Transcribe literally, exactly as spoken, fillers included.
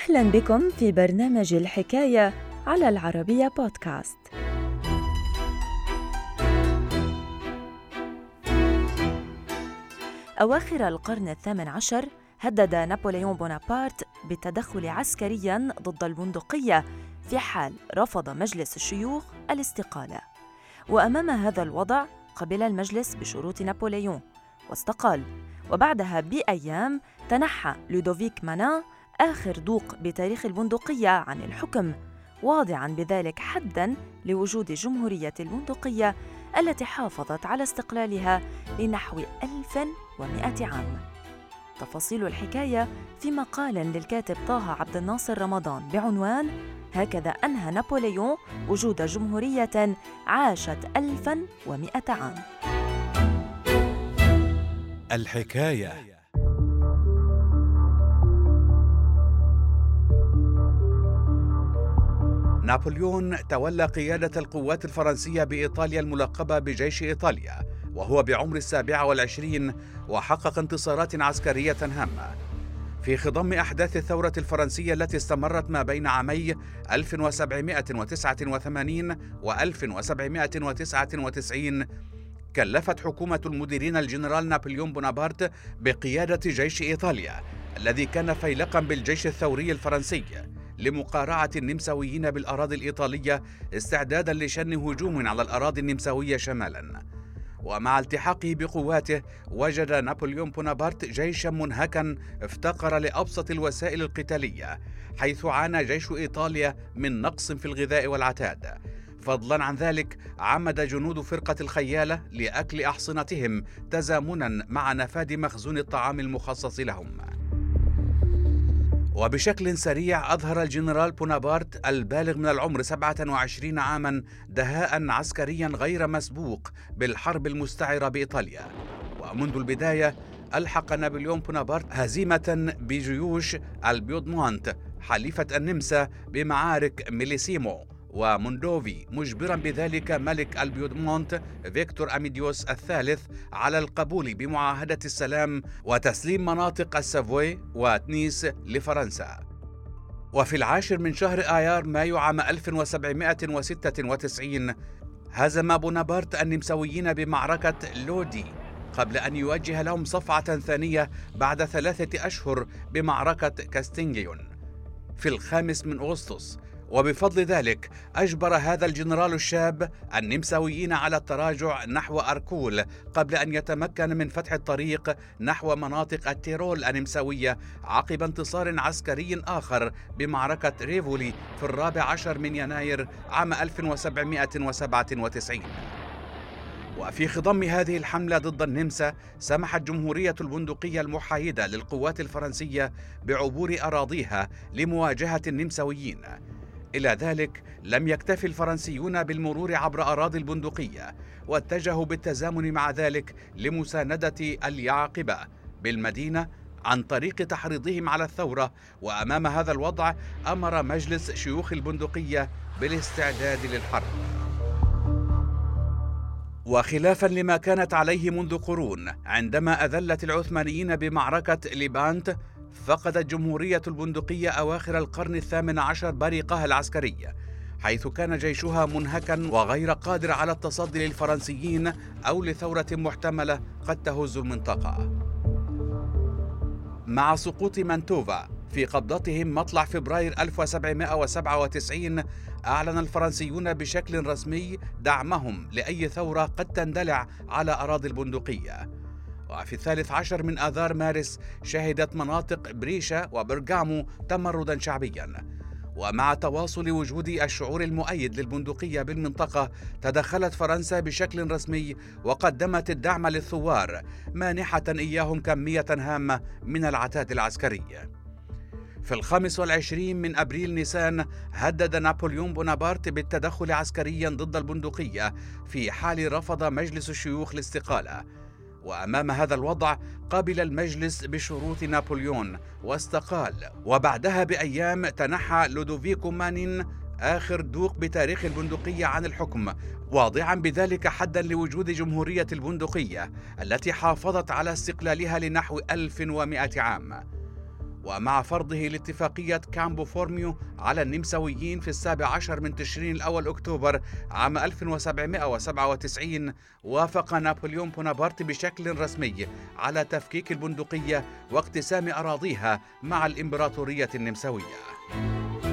أهلاً بكم في برنامج الحكاية على العربية بودكاست. أواخر القرن الثامن عشر هدد نابليون بونابرت بالتدخل عسكرياً ضد البندقية في حال رفض مجلس الشيوخ الاستقالة. وأمام هذا الوضع قبل المجلس بشروط نابليون واستقال، وبعدها بأيام تنحى لودوفيك مانان آخر دوق بتاريخ البندقية عن الحكم، واضعاً بذلك حداً لوجود جمهورية البندقية التي حافظت على استقلالها لنحو ألف ومئة عام. تفاصيل الحكاية في مقال للكاتب طه عبد الناصر رمضان بعنوان هكذا أنهى نابليون وجود جمهورية عاشت ألفاً ومئة عام. الحكاية. نابليون تولى قيادة القوات الفرنسية بإيطاليا الملقبة بجيش إيطاليا وهو بعمر السابعة والعشرين، وحقق انتصارات عسكرية هامة في خضم أحداث الثورة الفرنسية التي استمرت ما بين عامي ألف وسبعمئة وتسعة وثمانين و ألف وسبعمئة وتسعة وتسعين. كلفت حكومة المديرين الجنرال نابليون بونابرت بقيادة جيش إيطاليا الذي كان فيلقا بالجيش الثوري الفرنسي لمقارعة النمساويين بالأراضي الإيطالية استعدادا لشن هجوم على الأراضي النمساوية شمالا. ومع التحاقه بقواته وجد نابليون بونابرت جيشا منهكا افتقر لأبسط الوسائل القتالية، حيث عانى جيش إيطاليا من نقص في الغذاء والعتاد. فضلا عن ذلك عمد جنود فرقة الخيالة لأكل أحصنتهم تزامنا مع نفاذ مخزون الطعام المخصص لهم. وبشكل سريع أظهر الجنرال بونابرت البالغ من العمر سبعة وعشرين عاما دهاء عسكريا غير مسبوق بالحرب المستعرة بإيطاليا. ومنذ البداية ألحق نابليون بونابرت هزيمة بجيوش البيودمونت حليفة النمسا بمعارك ميليسيمو وموندوفي، مجبرا بذلك ملك البيودمونت فيكتور أميديوس الثالث على القبول بمعاهدة السلام وتسليم مناطق السافوي وتنيس لفرنسا. وفي العاشر من شهر آيار مايو عام ألف وسبعمئة وستة وتسعين هزم بونابرت النمساويين بمعركة لودي، قبل أن يوجه لهم صفعة ثانية بعد ثلاثة أشهر بمعركة كاستنجيون في الخامس من أغسطس. وبفضل ذلك أجبر هذا الجنرال الشاب النمساويين على التراجع نحو أركول قبل أن يتمكن من فتح الطريق نحو مناطق التيرول النمساوية عقب انتصار عسكري آخر بمعركة ريفولي في الرابع عشر من يناير عام ألف وسبعمئة وسبعة وتسعين. وفي خضم هذه الحملة ضد النمسا سمحت جمهورية البندقية المحايدة للقوات الفرنسية بعبور أراضيها لمواجهة النمساويين. إلى ذلك لم يكتفي الفرنسيون بالمرور عبر أراضي البندقية، واتجهوا بالتزامن مع ذلك لمساندة اليعقبة بالمدينة عن طريق تحريضهم على الثورة. وأمام هذا الوضع أمر مجلس شيوخ البندقية بالاستعداد للحرب. وخلافا لما كانت عليه منذ قرون عندما أذلت العثمانيين بمعركة ليبانت، فقدت جمهورية البندقية أواخر القرن الثامن عشر بريقها العسكري، حيث كان جيشها منهكا وغير قادر على التصدي للفرنسيين أو لثورة محتملة قد تهز المنطقة. مع سقوط مانتوفا في قبضتهم مطلع فبراير ألف وسبعمئة وسبعة وتسعين أعلن الفرنسيون بشكل رسمي دعمهم لأي ثورة قد تندلع على أراضي البندقية. وفي الثالث عشر من آذار مارس شهدت مناطق بريشا وبرغامو تمردا شعبيا. ومع تواصل وجود الشعور المؤيد للبندقية بالمنطقة تدخلت فرنسا بشكل رسمي وقدمت الدعم للثوار، مانحة إياهم كمية هامة من العتاد العسكري. في الخامس والعشرين من أبريل نيسان هدد نابليون بونابرت بالتدخل عسكريا ضد البندقية في حال رفض مجلس الشيوخ الاستقالة. وأمام هذا الوضع قبل المجلس بشروط نابليون واستقال، وبعدها بأيام تنحى لودوفيكو مانين آخر دوق بتاريخ البندقية عن الحكم، واضعا بذلك حدا لوجود جمهورية البندقية التي حافظت على استقلالها لنحو ألف ومئة عام. ومع فرضه لاتفاقية كامبو فورميو على النمساويين في السابع عشر من تشرين الأول أكتوبر عام ألف وسبعمائة وسبعة وتسعين، وافق نابليون بونابرت بشكل رسمي على تفكيك البندقية واقتسام أراضيها مع الإمبراطورية النمساوية.